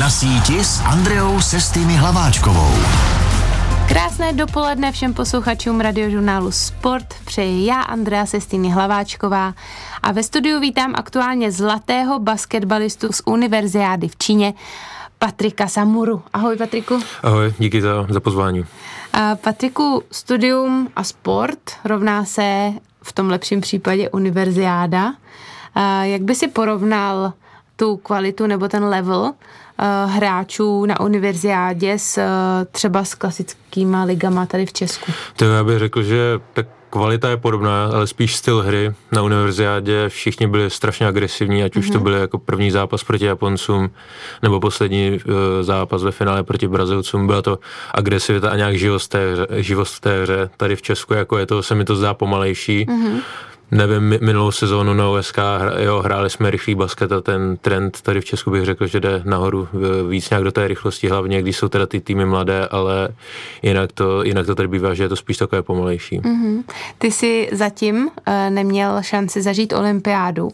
Na síti s Andreou Sestými Hlaváčkovou. Krásné dopoledne všem posluchačům radiožurnálu Sport přeji já, Andrea Sestými Hlaváčková, a ve studiu vítám aktuálně zlatého basketbalistu z univerziády v Číně, Patrika Samuru. Ahoj, Patriku. Ahoj, díky za pozvání. Patriku, studium a sport rovná se v tom lepším případě univerziáda. Jak by si porovnal tu kvalitu nebo ten level hráčů na univerziádě třeba s klasickýma ligama tady v Česku? To já bych řekl, že tak kvalita je podobná, ale spíš styl hry. Na univerziádě všichni byli strašně agresivní, ať už to byly jako první zápas proti Japoncům, nebo poslední zápas ve finále proti Brazilcům. Byla to agresivita a nějak živost v té hře. Tady v Česku jako se mi to zdá pomalejší. Nevím, minulou sezónu na OSK, hráli jsme rychlý basket a ten trend tady v Česku bych řekl, že jde nahoru víc nějak do té rychlosti, hlavně když jsou teda ty týmy mladé, ale jinak to tady bývá, že je to spíš takové pomalejší. Ty jsi zatím neměl šanci zažít olympiádu,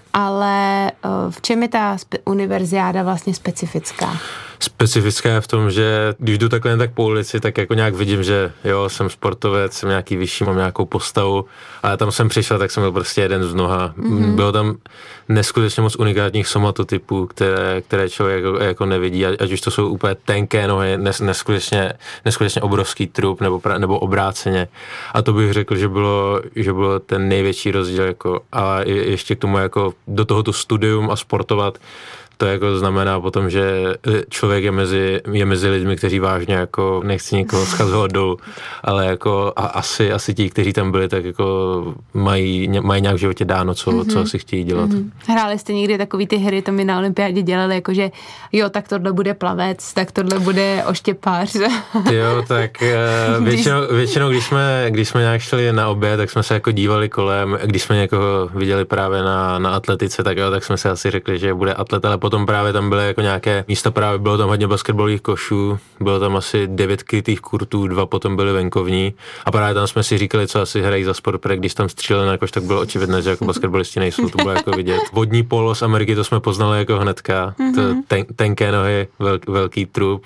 ale v čem je ta univerziáda vlastně specifická? Specifická je v tom, že když jdu takhle tak po ulici, tak jako nějak vidím, že jo, jsem sportovec, jsem nějaký vyšší, mám nějakou postavu, ale tam jsem přišel, tak jsem byl prostě jeden z mnoha. Bylo tam neskutečně moc unikátních somatotypů, které člověk jako nevidí, ať už to jsou úplně tenké nohy, neskutečně obrovský trup nebo obráceně. A to bych řekl, že bylo ten největší rozdíl, jako, a ještě k tomu jako do tohoto studium a sportovat. To jako znamená potom, že člověk je mezi lidmi, kteří vážně jako nechci nikoho schazovat dolů, ale jako asi ti, kteří tam byli, tak jako mají nějak v životě dáno, co asi chtějí dělat. Hráli jste někdy takový ty hry, to mi na olympiádě dělali, jakože jo, tak tohle bude plavec, tak tohle bude oštěpář. Jo, tak většinou, když jsme nějak šli na oběd, tak jsme se jako dívali kolem, když jsme někoho viděli právě na atletice, tak jsme se asi řekli, že bude atlet, ale potom právě tam byly jako nějaké místa, právě bylo tam hodně basketbalových košů, bylo tam asi 9 krytých kurtů, 2 potom byly venkovní a právě tam jsme si říkali, co asi hrají za sport, protože když tam stříleli na koš, tak bylo očividné, že jako basketbalisti nejsou, to bylo jako vidět. Vodní polo z Ameriky, to jsme poznali jako hnedka, tenké nohy, velký trup.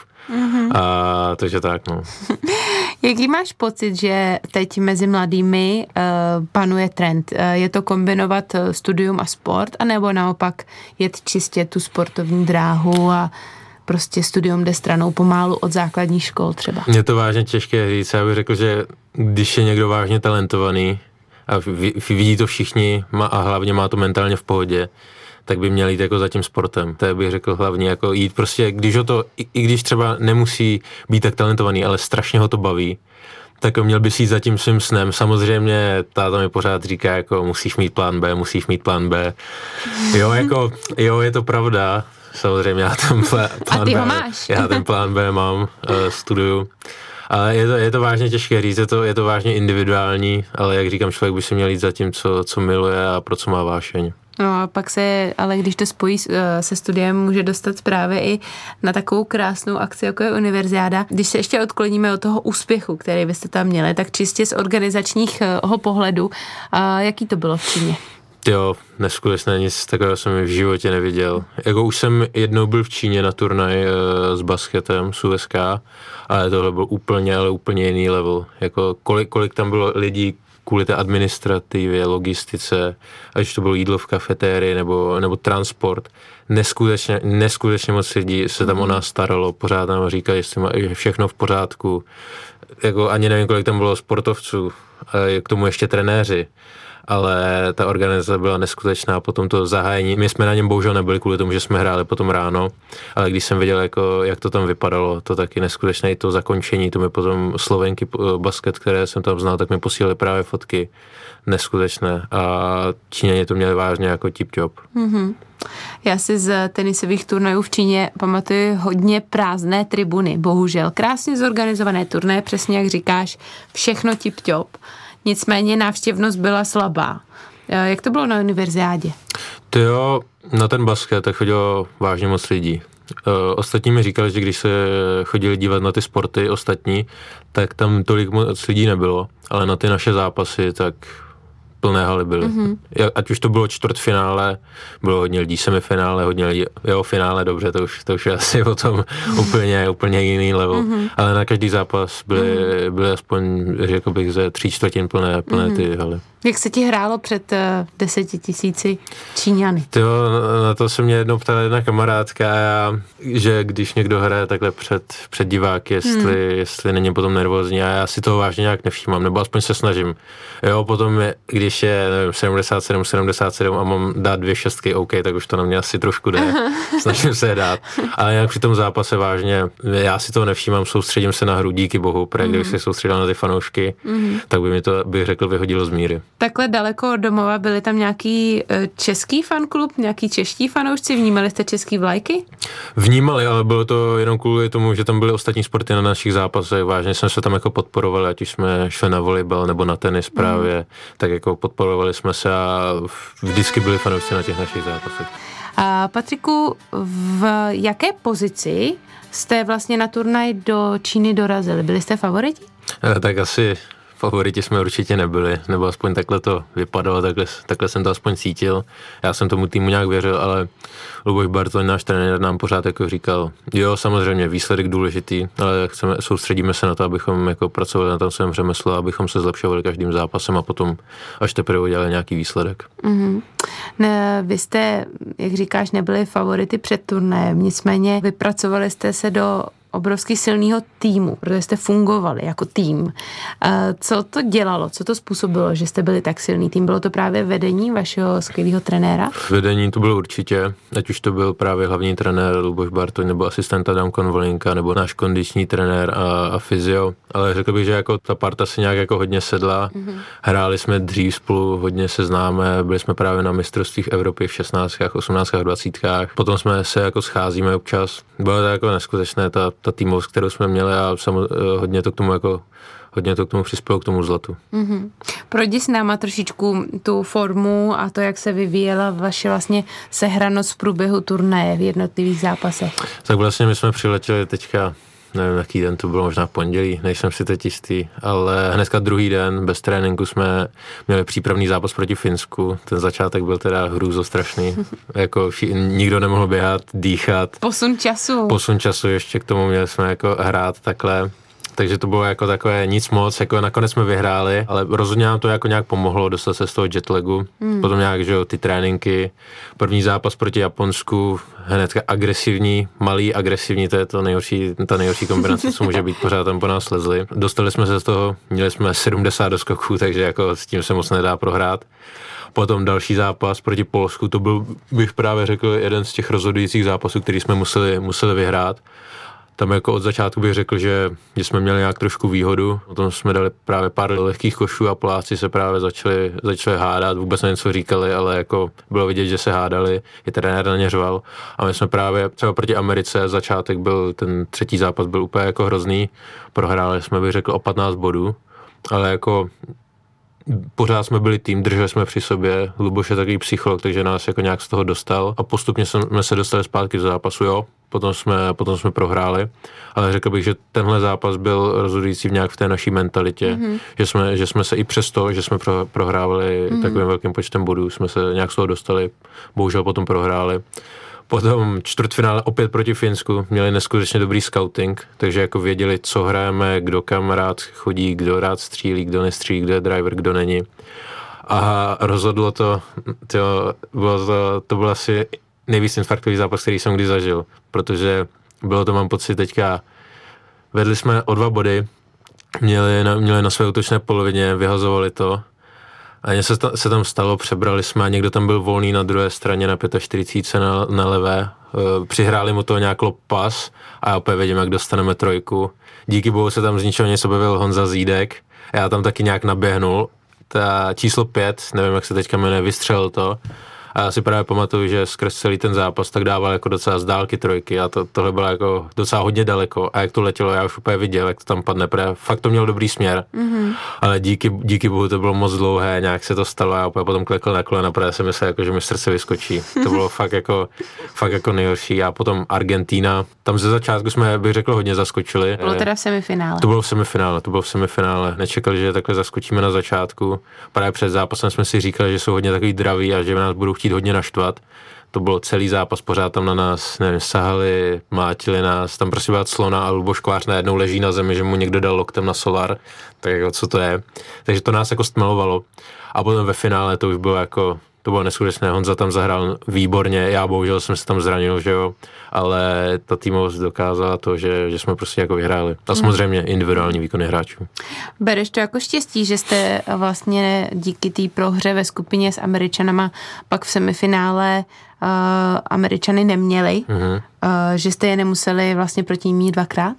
A takže tak, no. Jaký máš pocit, že teď mezi mladými panuje trend? Je to kombinovat studium a sport, anebo naopak jet čistě tu sportovní dráhu a prostě studium jde stranou pomálu od základních škol třeba? Je to vážně těžké říct. Já bych řekl, že když je někdo vážně talentovaný a vidí to všichni a hlavně má to mentálně v pohodě, tak by měl jít jako za tím sportem. To bych řekl hlavně, jako jít prostě, i když třeba nemusí být tak talentovaný, ale strašně ho to baví, tak měl by si jít za tím svým snem. Samozřejmě táta mi pořád říká, jako musíš mít plán B. Jo, je to pravda. Samozřejmě já ten plán B mám, studuju. Ale je to vážně těžké říct, je to vážně individuální, ale jak říkám, člověk by si měl jít za tím, co miluje a pro co má vášeň. No a pak ale když to spojí se studiem, může dostat právě i na takovou krásnou akci, jako je univerziáda. Když se ještě odkloníme od toho úspěchu, který byste tam měli, tak čistě z organizačního pohledu, jaký to bylo v Číně? Jo, neskutečné, nic takového jsem v životě neviděl. Jako už jsem jednou byl v Číně na turnaj s basketem, s USK, ale tohle byl úplně jiný level. Jako kolik tam bylo lidí kvůli té administrativě, logistice, ať to bylo jídlo v kafetérii nebo transport. Neskutečně moc lidí se tam o nás staralo, pořád nám říkali, jestli je všechno v pořádku. Jako ani nevím, kolik tam bylo sportovců, k tomu ještě trenéři. Ale ta organizace byla neskutečná, potom to zahájení, my jsme na něm bohužel nebyli kvůli tomu, že jsme hráli potom ráno, ale když jsem viděl, jako, jak to tam vypadalo, to taky neskutečné, i to zakončení, to mi potom Slovenky basket, které jsem tam znal, tak mi posílali právě fotky, neskutečné a Číňani to měli vážně jako tip-top. Já si z tenisových turnajů v Číně pamatuju hodně prázdné tribuny, bohužel. Krásně zorganizované turnaje, přesně jak říkáš, všechno tip-top. Nicméně návštěvnost byla slabá. Jak to bylo na univerziádě? To jo, na ten basket tak chodilo vážně moc lidí. Ostatní mi říkali, že když se chodili dívat na ty sporty ostatní, tak tam tolik moc lidí nebylo, ale na ty naše zápasy, tak plné haly byly. Ať už to bylo čtvrtfinále, bylo hodně lidí, semifinále, hodně lidí, finále, dobře, to už je asi o tom úplně jiný level, ale na každý zápas byly aspoň, řekl bych, ze 3/4 plné ty haly. Jak se ti hrálo před 10 000 Číňany? Na to se mě jednou ptala jedna kamarádka, že když někdo hraje takhle před diváky, jestli není potom nervózní, a já si toho vážně nějak nevšímám, nebo aspoň se snažím. Jo, potom, když je, nevím, 77 a mám dát 2 šestky, OK, tak už to na mě asi trošku jde. Snažím se je dát. Ale jinak při tom zápase vážně, já si toho nevšímám, soustředím se na hru, díky bohu, protože kdybych se soustředil na ty fanoušky, tak by mi to, bych řekl, vyhodilo z míry. Takhle daleko od domova byli tam nějaký český fanklub, nějaký čeští fanoušci? Vnímali jste český vlajky? Vnímali, ale bylo to jenom kvůli tomu, že tam byly ostatní sporty na našich zápasech. Vážně jsme se tam jako podporovali, ať už jsme šli na volejbal nebo na tenis právě, tak jako podporovali jsme se a vždycky byli fanoušci na těch našich zápasech. A Patriku, v jaké pozici jste vlastně na turnaj do Číny dorazili? Byli jste favoriti? Tak asi favoriti jsme určitě nebyli, nebo aspoň takhle to vypadalo, takhle jsem to aspoň cítil. Já jsem tomu týmu nějak věřil, ale Luboš Bartoň, náš trenér, nám pořád jako říkal, jo, samozřejmě výsledek důležitý, ale soustředíme se na to, abychom jako pracovali na tom svém řemeslu, abychom se zlepšovali každým zápasem a potom až teprve udělali nějaký výsledek. Vy jste, jak říkáš, nebyli favority před turnajem, nicméně vypracovali jste se do obrovsky silného týmu, protože jste fungovali jako tým. Co to dělalo? Co to způsobilo, že jste byli tak silný tým? Bylo to právě vedení vašeho skvělého trenéra? Vedení to bylo určitě, ať už to byl právě hlavní trenér Luboš Bartoň, nebo asistent Adam Konvolinka, nebo náš kondiční trenér a fyzio. Ale řekl bych, že jako ta parta se nějak jako hodně sedla. Hráli jsme dřív spolu, hodně se známe, byli jsme právě na mistrovstvích Evropy v 16, 18, 20. Potom jsme se jako scházíme občas. Bylo to jako neskutečné, ta týmovost, kterou jsme měli a hodně to k tomu přispělo, k tomu zlatu. Projdi s náma trošičku tu formu a to, jak se vyvíjela vaše vlastně sehranost v průběhu turnaje v jednotlivých zápasech. Tak vlastně my jsme přiletěli teďka, nevím, jaký den to bylo, možná v pondělí, nejsem si teď jistý, ale hnedka druhý den bez tréninku jsme měli přípravný zápas proti Finsku. Ten začátek byl teda hrůzostrašný. Jako nikdo nemohl běhat, dýchat. Posun času ještě k tomu měli jsme jako hrát takhle. Takže to bylo jako takové nic moc, jako nakonec jsme vyhráli, ale rozhodně nám to jako nějak pomohlo dostat se z toho jetlagu. Potom nějak, že jo, ty tréninky, první zápas proti Japonsku, hnedka agresivní, malý agresivní, to je ta nejhorší kombinace, co může být, pořád tam po nás slezli. Dostali jsme se z toho, měli jsme 70 doskoků, takže jako s tím se moc nedá prohrát. Potom další zápas proti Polsku, to byl, bych právě řekl, jeden z těch rozhodujících zápasů, který jsme museli vyhrát. Tam jako od začátku bych řekl, že jsme měli nějak trošku výhodu. Potom jsme dali právě pár lehkých košů a Poláci se právě začali hádat. Vůbec nevím, co říkali, ale jako bylo vidět, že se hádali. I trenér na ně řval. A my jsme právě třeba proti Americe, začátek byl, ten třetí zápas byl úplně jako hrozný. Prohráli jsme, bych řekl, o 15 bodů. Ale jako pořád jsme byli tým, drželi jsme při sobě. Luboš je takový psycholog, takže nás jako nějak z toho dostal. A postupně jsme se dostali zpátky do zápasu, jo. Potom jsme prohráli, ale řekl bych, že tenhle zápas byl rozhodující nějak v té naší mentalitě, že jsme se i přesto, že jsme prohrávali takovým velkým počtem bodů, jsme se nějak z toho dostali, bohužel potom prohráli. Potom čtvrtfinále opět proti Finsku, měli neskutečně dobrý scouting, takže jako věděli, co hrajeme, kdo kam rád chodí, kdo rád střílí, kdo nestřílí, kdo je driver, kdo není. A rozhodlo to, to bylo asi nejvíc infarktový zápas, který jsem kdy zažil, protože bylo to, mám pocit, teďka vedli jsme o 2 body, měli na své útočné polovině, vyhazovali to a něco se tam stalo, přebrali jsme a někdo tam byl volný na druhé straně na 45 na levé, přihráli mu to nějak pas a já opět vidím, jak dostaneme trojku. Díky bohu se tam z ničeho něco objevil Honza Zídek, já tam taky nějak naběhnul, ta číslo 5, nevím, jak se teďka jmenuje, vystřelil to A já si právě pamatuju, že skrz celý ten zápas tak dával jako docela z dálky trojky a tohle bylo jako docela hodně daleko a jak to letělo, já už úplně viděl, jak to tam padne, protože fakt to mělo dobrý směr, ale díky bohu to bylo moc dlouhé, nějak se to stalo a já úplně potom klekl na kolena, protože jsem myslel, jako, že mi srdce vyskočí. To bylo fakt jako nejhorší a potom Argentína, tam ze začátku jsme, bych řekl, hodně zaskočili. Bylo teda v semifinále. To bylo v semifinále. Nečekali, že takhle zaskočíme na začátku. Právě před zápasem jsme si říkali, že jsou hodně takový draví a že nás budou chtít hodně naštvat. To bylo celý zápas, pořád tam na nás, nevím, sahali, mlátili nás, tam prostě byla clona a Luboš Kovář najednou leží na zemi, že mu někdo dal loktem na solar, tak jako co to je. Takže to nás jako stmelovalo. A potom ve finále to už bylo jako, to bylo neskutečné, Honza tam zahrál výborně, já bohužel jsem se tam zranil, že jo, ale ta týmovost dokázala to, že jsme prostě jako vyhráli. A samozřejmě individuální výkony hráčů. Bereš to jako štěstí, že jste vlastně díky té prohře ve skupině s Američanama pak v semifinále Američany neměli, že jste je nemuseli vlastně proti ním mít dvakrát?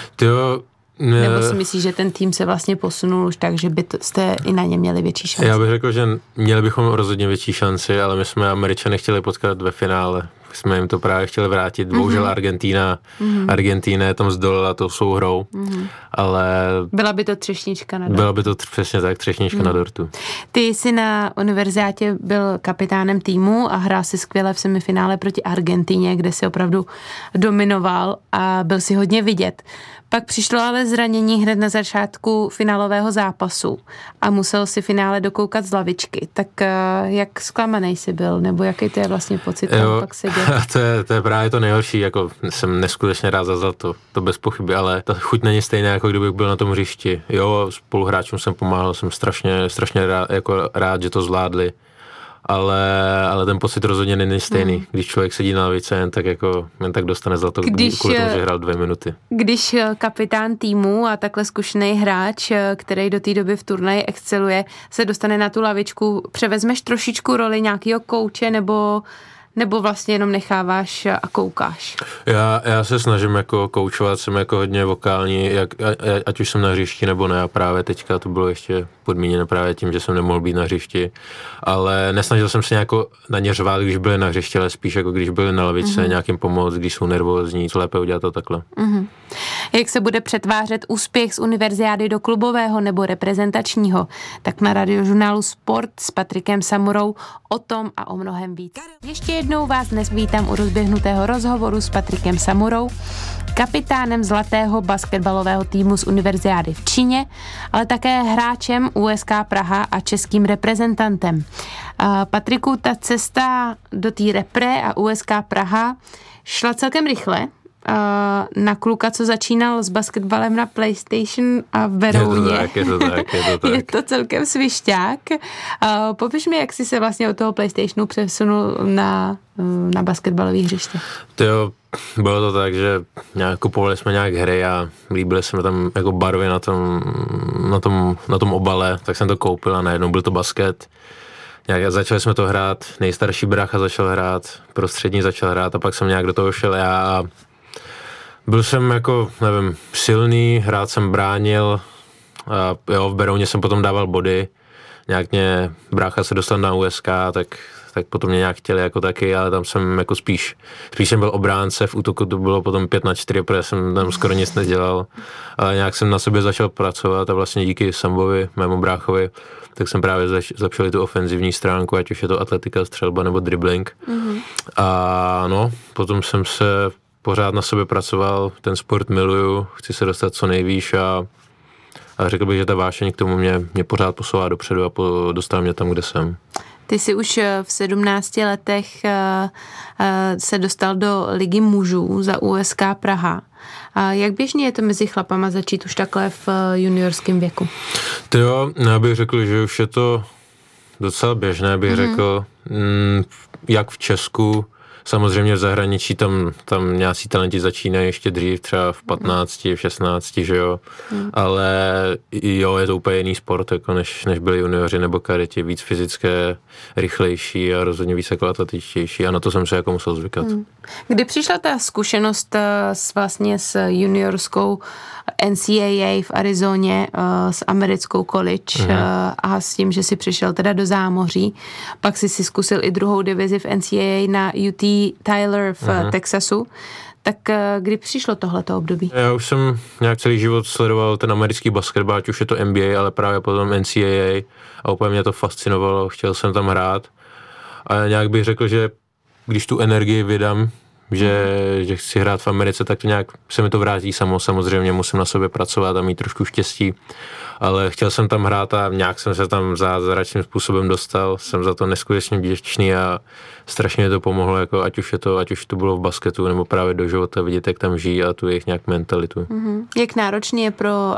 Nebo si myslíš, že ten tým se vlastně posunul už tak, že jste i na ně měli větší šanci? Já bych řekl, že měli bychom rozhodně větší šanci, ale my jsme Američany chtěli potkat ve finále. Jsme jim to právě chtěli vrátit. Bohužel Argentína je tam zdolila tou svou hrou, ale... Byla by to třešnička na dortu. Byla by to přesně tak, třešnička na dortu. Ty jsi na univerziátě byl kapitánem týmu a hrál si skvěle v semifinále proti Argentíně, kde si opravdu dominoval a byl si hodně vidět. Pak přišlo ale zranění hned na začátku finálového zápasu a musel si finále dokoukat z lavičky. Tak jak zklamanej jsi byl? Nebo jaký to je vlastně pocit tam pak sedět? To je právě to nejhorší. Jako jsem neskutečně rád za to bez pochyby, ale ta chuť není stejná, jako kdybych byl na tom hřišti. Jo, spoluhráčům jsem pomáhal, jsem strašně rád, že to zvládli. Ale ten pocit rozhodně není stejný. Když člověk sedí na lavice, jen tak dostane zlato, kvůli tomu, že hrál 2 minuty. Když kapitán týmu a takhle zkušený hráč, který do té doby v turnaji exceluje, se dostane na tu lavičku, převezmeš trošičku roli nějakého kouče nebo vlastně jenom necháváš a koukáš? Já se snažím jako koučovat, jsem jako hodně vokální, ať už jsem na hřišti nebo ne, a právě teďka to bylo ještě podmíněno právě tím, že jsem nemohl být na hřišti, ale nesnažil jsem se nějak na ně řvát, když byli na hřišti, ale spíš jako když byli na lavice, nějakým pomoct, když jsou nervózní, co lépe udělat to takhle. Jak se bude přetvářet úspěch z univerziády do klubového nebo reprezentačního, tak na radiožurnálu Sport s Patrikem Samurou o tom a o mnohem víc. Ještě jednou vás dnes vítám u rozběhnutého rozhovoru s Patrikem Samurou, kapitánem zlatého basketbalového týmu z univerziády v Číně, ale také hráčem USK Praha a českým reprezentantem. Patriku, ta cesta do té repre a USK Praha šla celkem rychle. Na kluka, co začínal s basketbalem na PlayStation a v Berouně. Je to tak. Je to celkem svišťák. Popiš mi, jak jsi se vlastně od toho PlayStationu přesunul na basketbalové hřiště. Bylo to tak, že kupovali jsme nějak hry a líbily se mi tam jako barvy na tom obale, tak jsem to koupil a najednou byl to basket. Začali jsme to hrát, nejstarší brácha začal hrát, prostřední začal hrát a pak jsem nějak do toho šel já a byl jsem jako, nevím, silný, rád jsem bránil a v Berouně jsem potom dával body, nějak mě brácha se dostal na USK, tak potom mě nějak chtěli jako taky, ale tam jsem jako spíš jsem byl obránce, v útoku to bylo potom 5-4, protože jsem tam skoro nic nedělal, ale nějak jsem na sobě začal pracovat a vlastně díky Sambovi, mému bráchovi, tak jsem právě zlepšil tu ofenzivní stránku, ať už je to atletika, střelba nebo dribbling. A potom jsem se pořád na sobě pracoval, ten sport miluju, chci se dostat co nejvýš a řekl bych, že ta vášeň k tomu mě pořád posouvá dopředu a dostal mě tam, kde jsem. Ty jsi už v 17 letech se dostal do ligy mužů za USK Praha. Jak běžně je to mezi chlapama začít už takhle v juniorském věku? Já bych řekl, že už je to docela běžné, bych řekl, jak v Česku, Samozřejmě v zahraničí tam nějací talenti začínají ještě dřív, třeba v 15, v 16, že jo, ale jo, je to úplně jiný sport, jako než byli junioři nebo kadeti, víc fyzické, rychlejší a rozhodně víc jako atletičtější a na to jsem se jako musel zvykat. Kdy přišla ta zkušenost vlastně s juniorskou NCAA v Arizoně, s americkou college a s tím, že si přišel teda do zámoří, pak si zkusil i druhou divizi v NCAA na UT Tyler v Texasu. Tak kdy přišlo tohleto období? Já už jsem nějak celý život sledoval ten americký basketbal, ať už je to NBA, ale právě potom NCAA a úplně mě to fascinovalo, chtěl jsem tam hrát a nějak bych řekl, že když tu energii vydám, že chci hrát v Americe, tak to nějak se mi to vrátí samozřejmě musím na sobě pracovat a mít trošku štěstí, ale chtěl jsem tam hrát a nějak jsem se tam zázračným způsobem dostal, jsem za to neskutečně vděčný a strašně to pomohlo, jako ať už to bylo v basketu nebo právě do života, vidět, jak tam žijí a tu jejich nějak mentalitu. Jak náročný je pro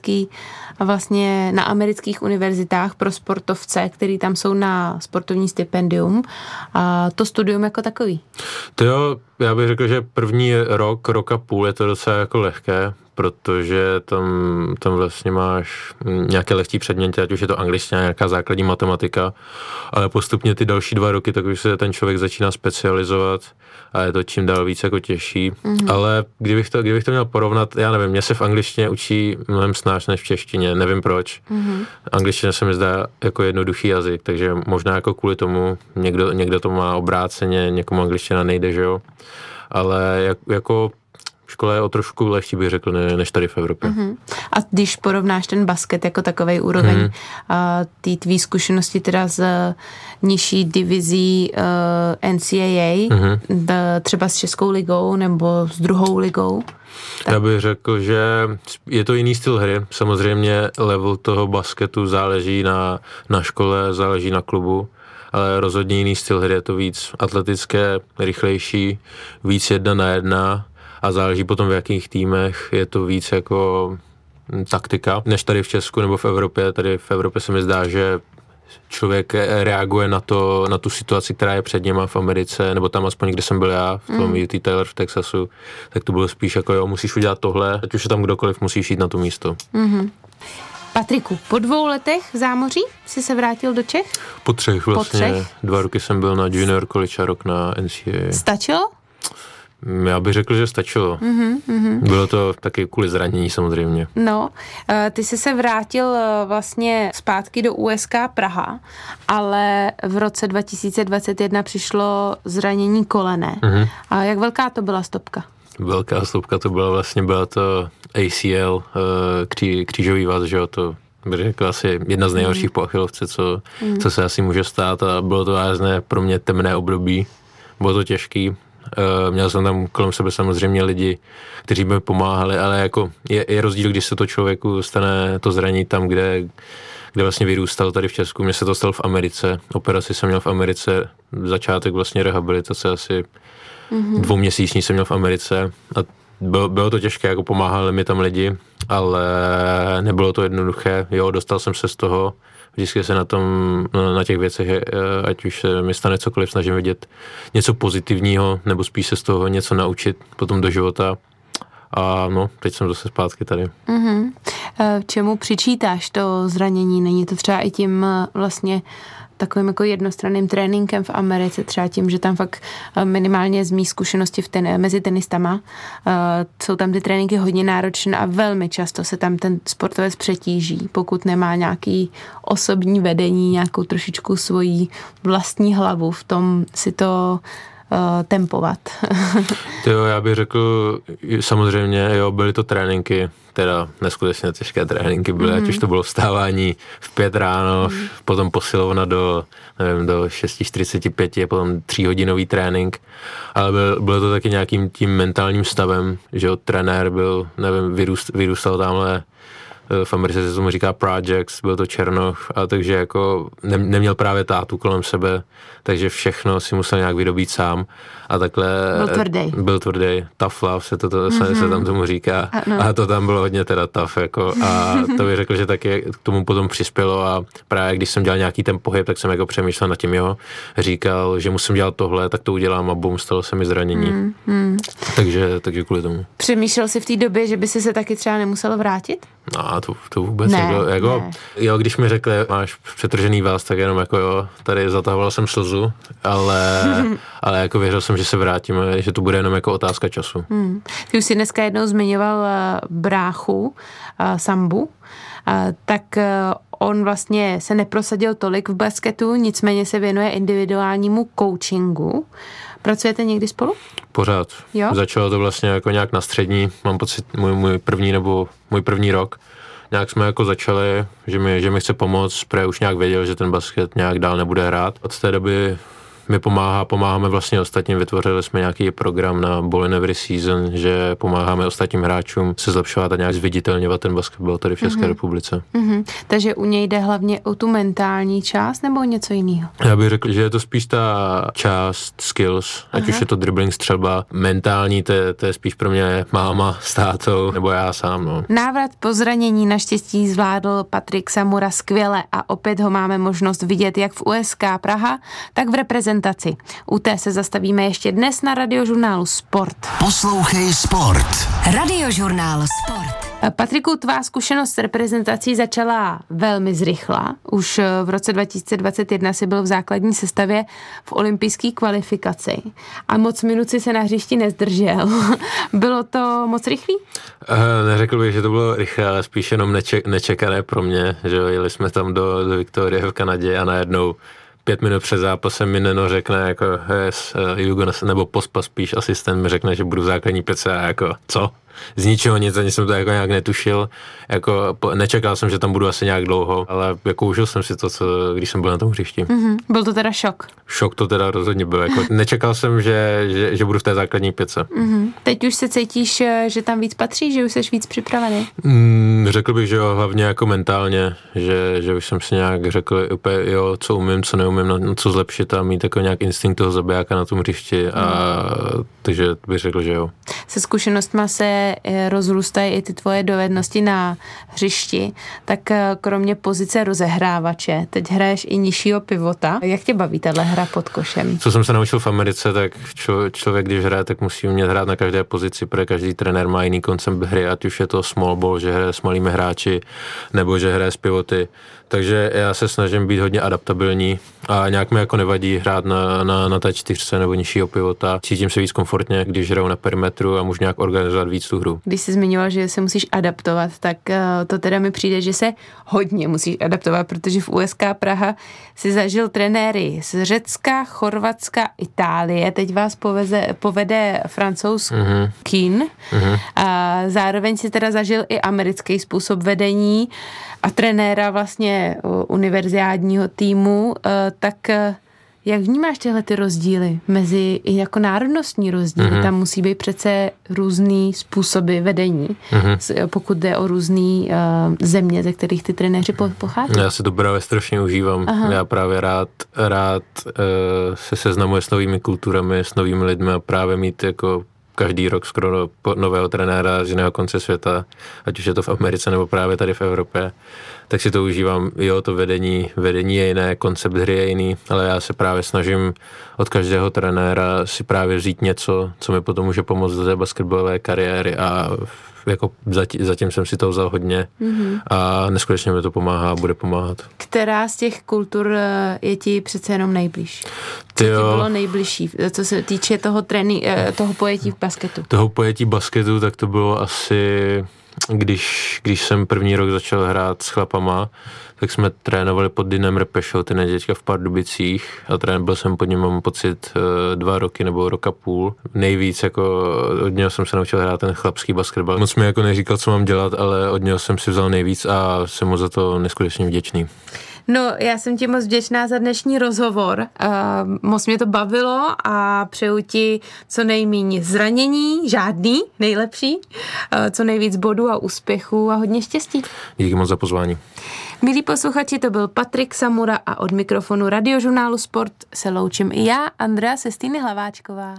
na amerických univerzitách pro sportovce, který tam jsou na sportovní stipendium, a to studium jako takový? To jo, já bych řekl, že první rok a půl je to docela jako lehké, protože tam vlastně máš nějaké lehčí předměty, ať už je to angličtina, nějaká základní matematika, ale postupně ty další 2 roky, tak už se ten člověk začíná specializovat a je to čím dál víc jako těžší. Ale kdybych to měl porovnat, já nevím, mě se v angličtině učí mnohem snáš než v češtině, nevím proč. Angličtina se mi zdá jako jednoduchý jazyk, takže možná jako kvůli tomu někdo to má obráceně, někomu angličtina nejde, že jo. Ale jako škola je o trošku lehčí, bych řekl, než tady v Evropě. A když porovnáš ten basket jako takovej úroveň ty tvý zkušenosti teda z nižší divizí NCAA, třeba s Českou ligou nebo s druhou ligou? Tak. Já bych řekl, že je to jiný styl hry. Samozřejmě level toho basketu záleží na škole, záleží na klubu, ale rozhodně jiný styl hry, je to víc atletické, rychlejší, víc 1 na 1 a záleží potom v jakých týmech, je to víc jako taktika, než tady v Česku nebo v Evropě. Tady v Evropě se mi zdá, že člověk reaguje na tu situaci, která je před něma v Americe, nebo tam aspoň, kde jsem byl já, v tom UT Tyler v Texasu, tak to bylo spíš jako jo, musíš udělat tohle, ať už je tam kdokoliv, musíš jít na to místo. Patriku, po 2 letech v zámoří jsi se vrátil do Čech? Po 3 vlastně. Po 3? 2 roky jsem byl na junior college a rok na NCAA. Stačilo? Já bych řekl, že stačilo. Bylo to taky kvůli zranění samozřejmě. No, ty jsi se vrátil vlastně zpátky do USK Praha, ale v roce 2021 přišlo zranění kolene. A jak velká to byla stopka? Velká stopka to byla to ACL, křížový vaz, že jo, to bych řekl asi jedna z nejhorších po achilovce, co se asi může stát a bylo to vážné pro mě temné období. Bylo to těžký. Měl jsem tam kolem sebe samozřejmě lidi, kteří mi pomáhali, ale jako je rozdíl, když se to člověku stane to zranění tam, kde vlastně vyrůstal tady v Česku. Mně se to stalo v Americe. Operaci jsem měl v Americe, začátek vlastně rehabilitace asi 2měsíční jsem měl v Americe a bylo to těžké, jako pomáhali mi tam lidi, ale nebylo to jednoduché. Jo, dostal jsem se z toho, vždycky se na těch věcech, ať už se mi stane cokoliv, snažím vidět něco pozitivního, nebo spíš se z toho něco naučit potom do života. A no, teď jsem zase zpátky tady. Čemu přičítáš to zranění? Není to třeba i tím vlastně takovým jako jednostranným tréninkem v Americe, třeba tím, že tam fakt minimálně z mých zkušeností mezi tenistama jsou tam ty tréninky hodně náročné a velmi často se tam ten sportovec přetíží, pokud nemá nějaký osobní vedení, nějakou trošičku svoji vlastní hlavu v tom si to tempovat. Jo, já bych řekl, samozřejmě, jo, byly to tréninky, teda neskutečně těžké tréninky byly, ať už to bylo vstávání v 5 ráno, potom posilovna do 6:45, potom 3hodinový trénink, ale bylo to taky nějakým tím mentálním stavem, že trenér byl, nevím, vyrůstal tamhle v Americe se tomu říká projects, byl to Černoch, a takže jako neměl právě tátu kolem sebe, takže všechno si musel nějak vydobít sám a takhle. Byl tvrdý, tough love se tam tomu říká a to tam bylo hodně teda tough, jako, a to bych řekl, že taky k tomu potom přispělo a právě když jsem dělal nějaký ten pohyb, tak jsem jako přemýšlel nad tím, říkal, že musím dělat tohle, tak to udělám a bum, stalo se mi zranění. Takže kvůli tomu. Přemýšlel jsi v té době, že by si se taky třeba nemusel vrátit? No, to vůbec ne. Jo, když mi řekli, máš přetržený vás, tak jenom jako tady zatahoval jsem slzu, ale jako věřil jsem, že se vrátíme, že to bude jenom jako otázka času. Ty už si dneska jednou zmiňoval bráchu Sambu, tak on vlastně se neprosadil tolik v basketu, nicméně se věnuje individuálnímu coachingu. Pracujete někdy spolu? Pořád. Jo? Začalo to vlastně jako nějak na střední, mám pocit můj první rok. Nějak jsme jako začali, že mi chce pomoct, protože už nějak věděl, že ten basket nějak dál nebude hrát. Od té doby mi pomáháme vlastně ostatním, vytvořili jsme nějaký program na Ball in Every Season, že pomáháme ostatním hráčům se zlepšovat a nějak zviditelňovat ten basketbal tady v České republice. Takže u něj jde hlavně o tu mentální část nebo o něco jiného? Já bych řekl, že je to spíš ta část skills, ať už je to dribbling, střelba, mentální, to je spíš pro mě máma s tátou, nebo já sám. No. Návrat po zranění naštěstí zvládl Patrik Samura skvěle a opět ho máme možnost vidět jak v USK Praha, tak v reprezentaci. U té se zastavíme ještě dnes na Radiožurnálu Sport. Poslouchej Sport. Radiožurnál Sport. Patriku, tvá zkušenost s reprezentací začala velmi zrychla. Už v roce 2021 si byl v základní sestavě v olympijské kvalifikaci a moc minut si se na hřišti nezdržel. Bylo to moc rychlý? Neřekl bych, že to bylo rychlé, ale spíš jenom nečekané pro mě, že jeli jsme tam do Viktorie v Kanadě a najednou 5 minut před zápasem mi Neno řekne jako nebo Pospa spíš asistent mi řekne, že budu v základní pětce a jako co? Z ničeho nic, ani jsem to jako nějak netušil, jako nečekal jsem, že tam budu asi nějak dlouho, ale jako užil jsem si to, když jsem byl na tom hřišti. Byl to teda šok? Šok to teda rozhodně byl, jako nečekal jsem, že budu v té základní pětce. Teď už se cítíš, že tam víc patří, že už jsi víc připravený? Řekl bych, že jo, hlavně jako mentálně, že už jsem si nějak řekl úplně, co umím, co neumím, no, co zlepšit a mít jako nějak instinkt toho zabijáka na tom hřišti takže bych řekl, že jo. Se zkušenostma se rozrůstají i ty tvoje dovednosti na hřišti, tak kromě pozice rozehrávače, teď hraješ i nižšího pivota. Jak tě baví tahle hra pod košem? Co jsem se naučil v Americe, tak člověk, když hraje, tak musí umět hrát na každé pozici, protože každý trenér má jiný koncept hry, ať už je to small ball, že hraje s malými hráči, nebo že hraje s pivoty. Takže já se snažím být hodně adaptabilní a nějak mi jako nevadí hrát na té 4 nebo nižšího pivota. Cítím se víc komfortně, když hraju na perimetru a můžu nějak organizovat víc tu hru. Když jsi zmiňoval, že se musíš adaptovat, tak to teda mi přijde, že se hodně musíš adaptovat, protože v USK Praha si zažil trenéry z Řecka, Chorvatska, Itálie. Teď vás povede Francouz Keane. A zároveň si teda zažil i americký způsob vedení a trenéra vlastně univerziádního týmu, tak jak vnímáš tyhle ty rozdíly mezi i jako národnostní rozdíly? Tam musí být přece různý způsoby vedení, pokud jde o různý země, ze kterých ty trenéři pochází. Já si to právě strašně užívám. Já právě rád se seznamuje s novými kulturami, s novými lidmi a právě mít jako každý rok skoro nového trenéra z jiného konce světa, ať už je to v Americe nebo právě tady v Evropě, tak si to užívám. Jo, to vedení je jiné, koncept hry je jiný, ale já se právě snažím od každého trenéra si právě vzít něco, co mi potom může pomoct do té basketbalové kariéry a jako zatím jsem si to vzal hodně a neskutečně mi to pomáhá a bude pomáhat. Která z těch kultur je ti přece jenom nejblíž? Co ti bylo nejbližší, co se týče toho toho pojetí v basketu? Toho pojetí basketu, tak to bylo asi, když jsem první rok začal hrát s chlapama, tak jsme trénovali pod Dynem Repešou, ten je teďka v Pardubicích a byl jsem pod ním, mám pocit, 2 roky nebo rok a půl. Nejvíc jako od něho jsem se naučil hrát ten chlapský basketbal. Moc mi jako neříkal, co mám dělat, ale od něho jsem si vzal nejvíc a jsem mu za to neskutečně vděčný. No, já jsem ti moc vděčná za dnešní rozhovor. Moc mě to bavilo a přeju ti co nejméně zranění, žádný, nejlepší, co nejvíc bodů a úspěchů a hodně štěstí. Díky moc za pozvání. Milí posluchači, to byl Patrik Samura a od mikrofonu Radiožurnálu Sport se loučím i já, Andrea Sestýny Hlaváčková.